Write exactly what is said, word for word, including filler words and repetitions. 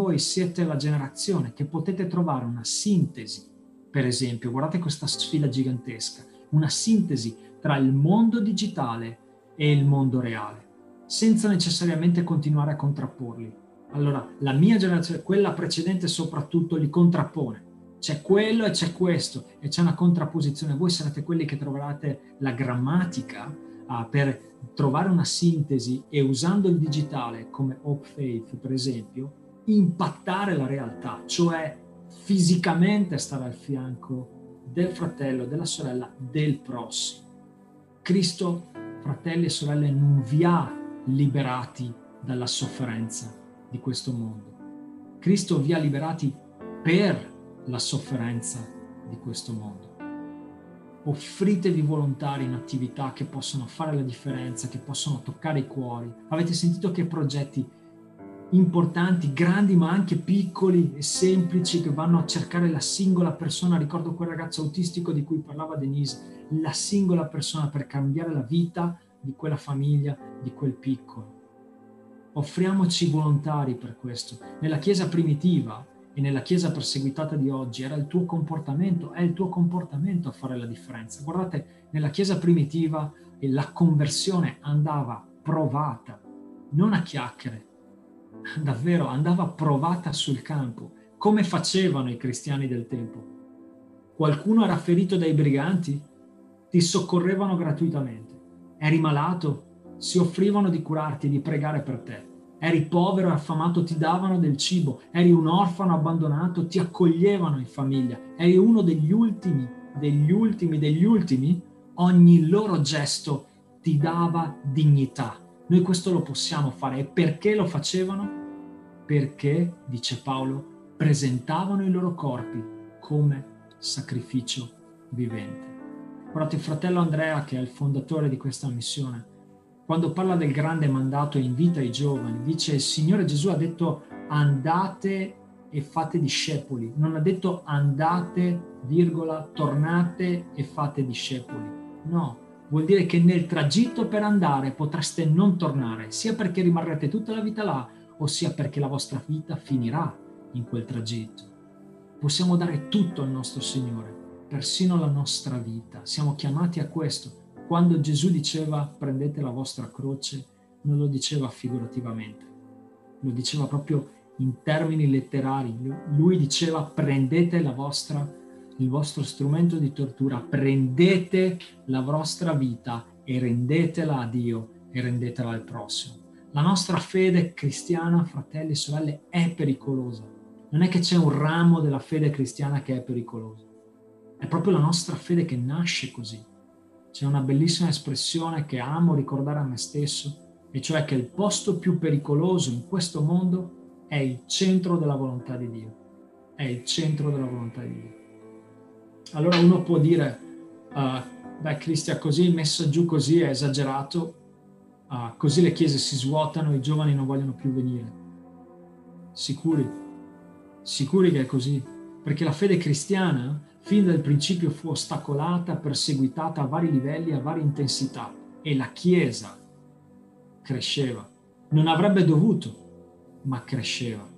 voi siete la generazione che potete trovare una sintesi, per esempio, guardate questa sfida gigantesca, una sintesi tra il mondo digitale e il mondo reale, senza necessariamente continuare a contrapporli. Allora, la mia generazione, quella precedente soprattutto, li contrappone. C'è quello e c'è questo, e c'è una contrapposizione. Voi sarete quelli che troverete la grammatica uh, per trovare una sintesi e, usando il digitale come Hope Faith, per esempio, impattare la realtà, cioè fisicamente stare al fianco del fratello, della sorella, del prossimo. Cristo, fratelli e sorelle, non vi ha liberati dalla sofferenza di questo mondo. Cristo vi ha liberati per la sofferenza di questo mondo. Offritevi volontari in attività che possono fare la differenza, che possono toccare i cuori. Avete sentito che progetti importanti, grandi ma anche piccoli e semplici, che vanno a cercare la singola persona. Ricordo quel ragazzo autistico di cui parlava Denise, la singola persona per cambiare la vita di quella famiglia, di quel piccolo. Offriamoci volontari per questo. Nella Chiesa primitiva e nella Chiesa perseguitata di oggi era il tuo comportamento, è il tuo comportamento a fare la differenza. Guardate, nella Chiesa primitiva la conversione andava provata, non a chiacchiere, davvero andava provata sul campo, come facevano i cristiani del tempo. Qualcuno era ferito dai briganti? Ti soccorrevano gratuitamente. Eri malato? Si offrivano di curarti e di pregare per te. Eri povero e affamato? Ti davano del cibo. Eri un orfano abbandonato? Ti accoglievano in famiglia. Eri uno degli ultimi, degli ultimi, degli ultimi? Ogni loro gesto ti dava dignità. Noi questo lo possiamo fare. E perché lo facevano? Perché, dice Paolo, presentavano i loro corpi come sacrificio vivente. Guardate, il fratello Andrea, che è il fondatore di questa missione, quando parla del grande mandato e invita i giovani, dice: il Signore Gesù ha detto andate e fate discepoli, non ha detto andate, virgola, tornate e fate discepoli. No, vuol dire che nel tragitto per andare potreste non tornare, sia perché rimarrete tutta la vita là, ossia perché la vostra vita finirà in quel tragitto. Possiamo dare tutto al nostro Signore, persino la nostra vita. Siamo chiamati a questo. Quando Gesù diceva prendete la vostra croce, non lo diceva figurativamente, lo diceva proprio in termini letterari. Lui diceva prendete la vostra, il vostro strumento di tortura, prendete la vostra vita e rendetela a Dio e rendetela al prossimo. La nostra fede cristiana, fratelli e sorelle, è pericolosa. Non è che c'è un ramo della fede cristiana che è pericoloso. È proprio la nostra fede che nasce così. C'è una bellissima espressione che amo ricordare a me stesso, e cioè che il posto più pericoloso in questo mondo è il centro della volontà di Dio. È il centro della volontà di Dio. Allora uno può dire, uh, beh Cristian, così messo giù così è esagerato, uh, così le chiese si svuotano, i giovani non vogliono più venire. Sicuri? Sicuri che è così? Perché la fede cristiana fin dal principio fu ostacolata, perseguitata a vari livelli, a varie intensità, e la Chiesa cresceva. Non avrebbe dovuto, ma cresceva.